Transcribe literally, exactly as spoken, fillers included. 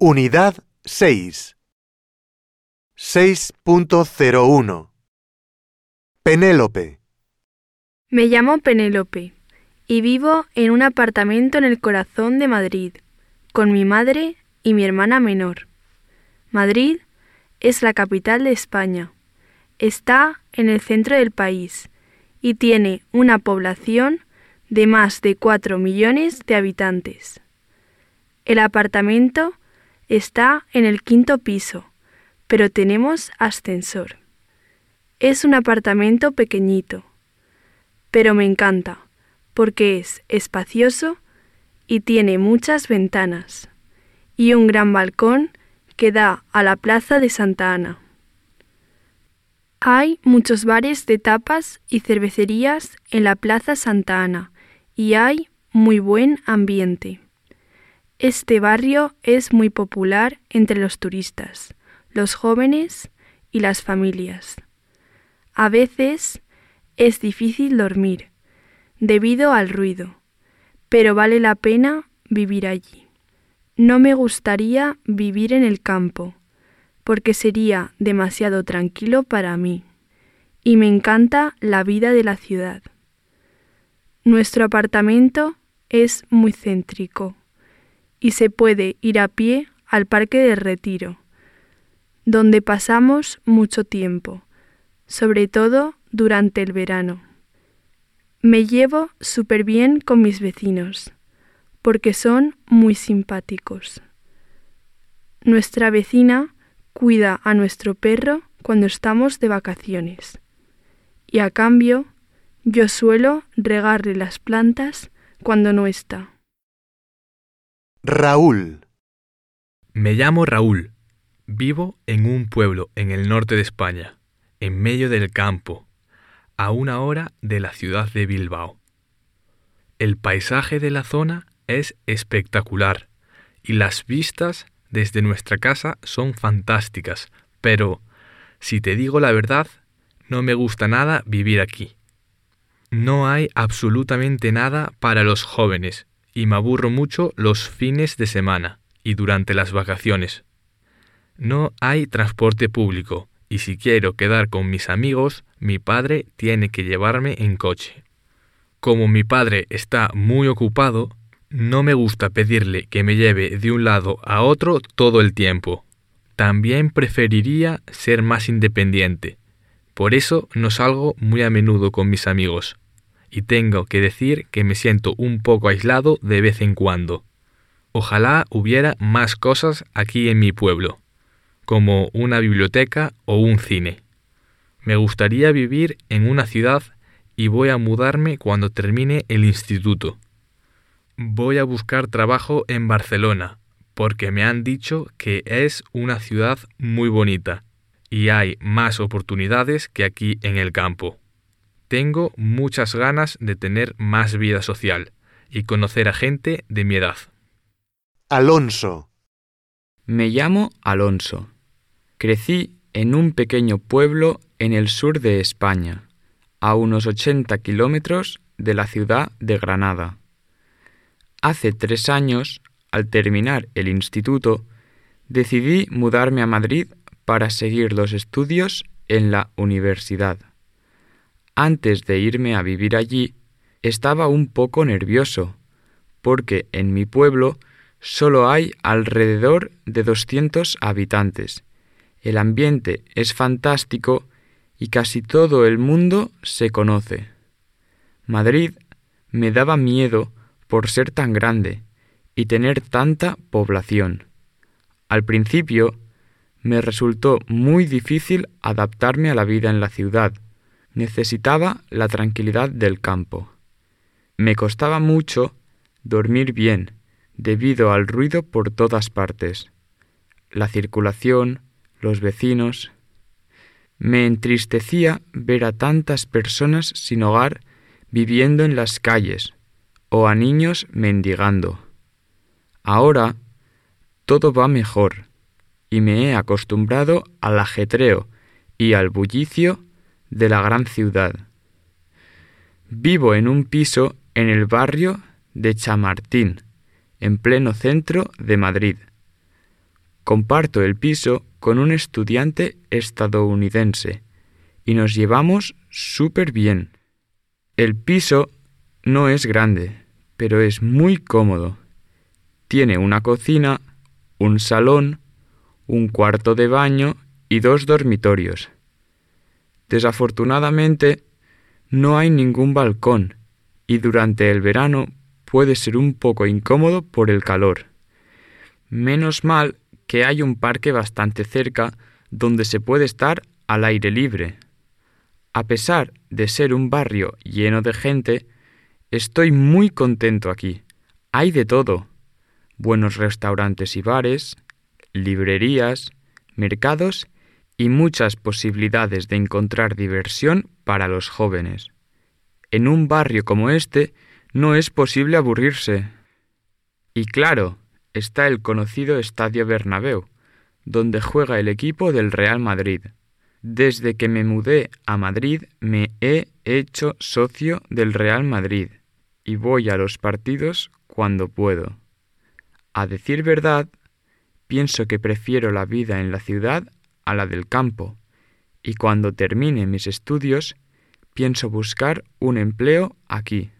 Unidad seis. seis punto cero uno. Penélope. Me llamo Penélope y vivo en un apartamento en el corazón de Madrid, con mi madre y mi hermana menor. Madrid es la capital de España. Está en el centro del país y tiene una población de más de cuatro millones de habitantes. El apartamento está en el quinto piso, pero tenemos ascensor. Es un apartamento pequeñito, pero me encanta porque es espacioso y tiene muchas ventanas y un gran balcón que da a la plaza de Santa Ana. Hay muchos bares de tapas y cervecerías en la plaza Santa Ana y hay muy buen ambiente. Este barrio es muy popular entre los turistas, los jóvenes y las familias. A veces es difícil dormir debido al ruido, pero vale la pena vivir allí. No me gustaría vivir en el campo, porque sería demasiado tranquilo para mí, y me encanta la vida de la ciudad. Nuestro apartamento es muy céntrico y se puede ir a pie al Parque del Retiro, donde pasamos mucho tiempo, sobre todo durante el verano. Me llevo súper bien con mis vecinos, porque son muy simpáticos. Nuestra vecina cuida a nuestro perro cuando estamos de vacaciones, y a cambio yo suelo regarle las plantas cuando no está. Raúl. Me llamo Raúl. Vivo en un pueblo en el norte de España, en medio del campo, a una hora de la ciudad de Bilbao. El paisaje de la zona es espectacular y las vistas desde nuestra casa son fantásticas, pero, si te digo la verdad, no me gusta nada vivir aquí. No hay absolutamente nada para los jóvenes y me aburro mucho los fines de semana y durante las vacaciones. No hay transporte público y si quiero quedar con mis amigos, mi padre tiene que llevarme en coche. Como mi padre está muy ocupado, no me gusta pedirle que me lleve de un lado a otro todo el tiempo. También preferiría ser más independiente. Por eso no salgo muy a menudo con mis amigos. Y tengo que decir que me siento un poco aislado de vez en cuando. Ojalá hubiera más cosas aquí en mi pueblo, como una biblioteca o un cine. Me gustaría vivir en una ciudad y voy a mudarme cuando termine el instituto. Voy a buscar trabajo en Barcelona, porque me han dicho que es una ciudad muy bonita y hay más oportunidades que aquí en el campo. Tengo muchas ganas de tener más vida social y conocer a gente de mi edad. Alonso. Me llamo Alonso. Crecí en un pequeño pueblo en el sur de España, a unos ochenta kilómetros de la ciudad de Granada. Hace tres años, al terminar el instituto, decidí mudarme a Madrid para seguir los estudios en la universidad. Antes de irme a vivir allí, estaba un poco nervioso, porque en mi pueblo solo hay alrededor de doscientos habitantes. El ambiente es fantástico y casi todo el mundo se conoce. Madrid me daba miedo por ser tan grande y tener tanta población. Al principio me resultó muy difícil adaptarme a la vida en la ciudad. Necesitaba la tranquilidad del campo. Me costaba mucho dormir bien debido al ruido por todas partes. La circulación, los vecinos. Me entristecía ver a tantas personas sin hogar viviendo en las calles o a niños mendigando. Ahora todo va mejor y me he acostumbrado al ajetreo y al bullicio de la gran ciudad. Vivo en un piso en el barrio de Chamartín, en pleno centro de Madrid. Comparto el piso con un estudiante estadounidense y nos llevamos súper bien. El piso no es grande, pero es muy cómodo. Tiene una cocina, un salón, un cuarto de baño y dos dormitorios. Desafortunadamente, no hay ningún balcón y durante el verano puede ser un poco incómodo por el calor. Menos mal que hay un parque bastante cerca donde se puede estar al aire libre. A pesar de ser un barrio lleno de gente, estoy muy contento aquí. Hay de todo: buenos restaurantes y bares, librerías, mercados y muchas posibilidades de encontrar diversión para los jóvenes. En un barrio como este no es posible aburrirse. Y claro, está el conocido Estadio Bernabéu, donde juega el equipo del Real Madrid. Desde que me mudé a Madrid me he hecho socio del Real Madrid y voy a los partidos cuando puedo. A decir verdad, pienso que prefiero la vida en la ciudad a la del campo, y cuando termine mis estudios pienso buscar un empleo aquí.